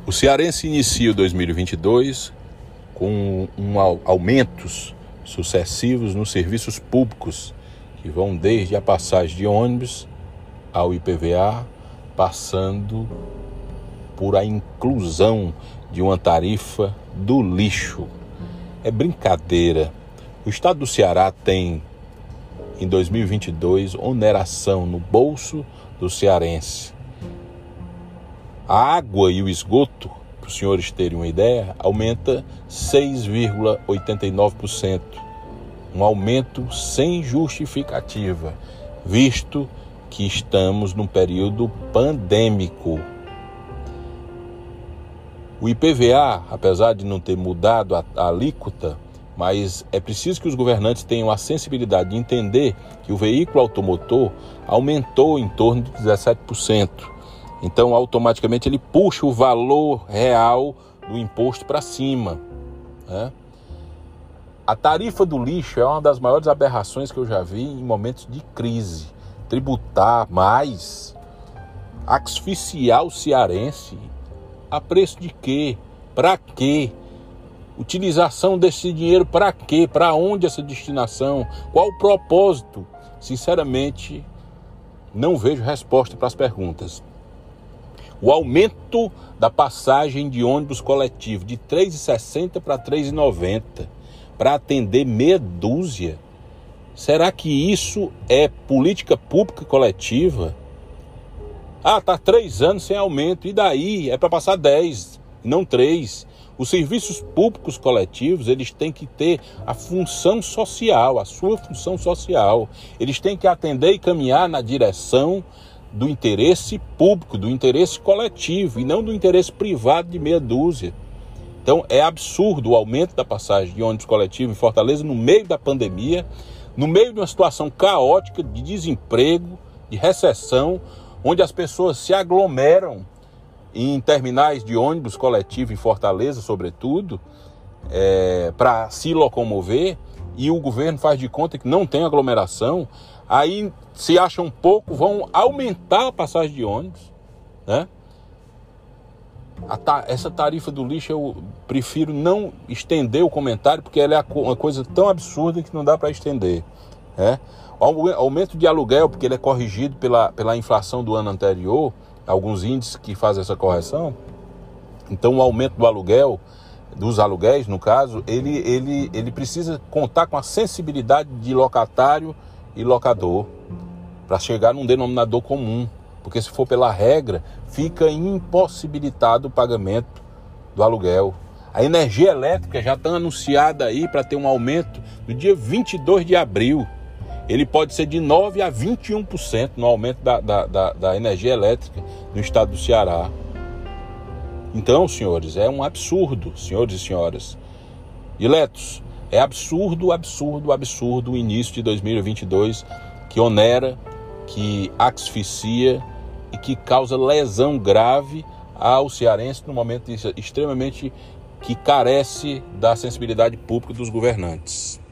O cearense inicia o 2022 com aumentos sucessivos nos serviços públicos, que vão desde a passagem de ônibus ao IPVA, passando por a inclusão de uma tarifa do lixo. É brincadeira. O estado do Ceará tem, em 2022, oneração no bolso do cearense. A água e o esgoto, para os senhores terem uma ideia, aumenta 6,89%. Um aumento sem justificativa, visto que estamos num período pandêmico. O IPVA, apesar de não ter mudado a alíquota, mas é preciso que os governantes tenham a sensibilidade de entender que o veículo automotor aumentou em torno de 17%. Então, automaticamente, ele puxa o valor real do imposto para cima, né? A tarifa do lixo é uma das maiores aberrações que eu já vi em momentos de crise. Tributar mais, asfixiar o cearense, a preço de quê? Para quê? Utilização desse dinheiro para quê? Para onde essa destinação? Qual o propósito? Sinceramente, não vejo resposta para as perguntas. O aumento da passagem de ônibus coletivo de R$ 3,60 para R$ 3,90 para atender meia dúzia. Será que isso é política pública coletiva? Tá 3 anos sem aumento, e daí? É para passar 10, não 3. Os serviços públicos coletivos, eles têm que ter a função social, a sua função social. Eles têm que atender e caminhar na direção do interesse público, do interesse coletivo, e não do interesse privado de meia dúzia. Então é absurdo o aumento da passagem de ônibus coletivo em Fortaleza no meio da pandemia, no meio de uma situação caótica de desemprego, de recessão, onde as pessoas se aglomeram em terminais de ônibus coletivo em Fortaleza, sobretudo, para se locomover, e o governo faz de conta que não tem aglomeração. Aí, se acham pouco, vão aumentar a passagem de ônibus, né? Essa tarifa do lixo eu prefiro não estender o comentário, porque ela é uma coisa tão absurda que não dá para estender, né? O aumento de aluguel, porque ele é corrigido pela inflação do ano anterior, alguns índices que fazem essa correção. Então, o aumento do aluguel, dos aluguéis, no caso, ele precisa contar com a sensibilidade de locatário e locador, para chegar num denominador comum, porque se for pela regra, fica impossibilitado o pagamento do aluguel. A energia elétrica já está anunciada aí para ter um aumento no dia 22 de abril. Ele pode ser de 9% a 21% no aumento da energia elétrica no estado do Ceará. Então, senhores, é um absurdo, senhores e senhoras. Diletos, é absurdo, absurdo, absurdo o início de 2022, que onera, que asfixia e que causa lesão grave ao cearense no momento extremamente que carece da sensibilidade pública dos governantes.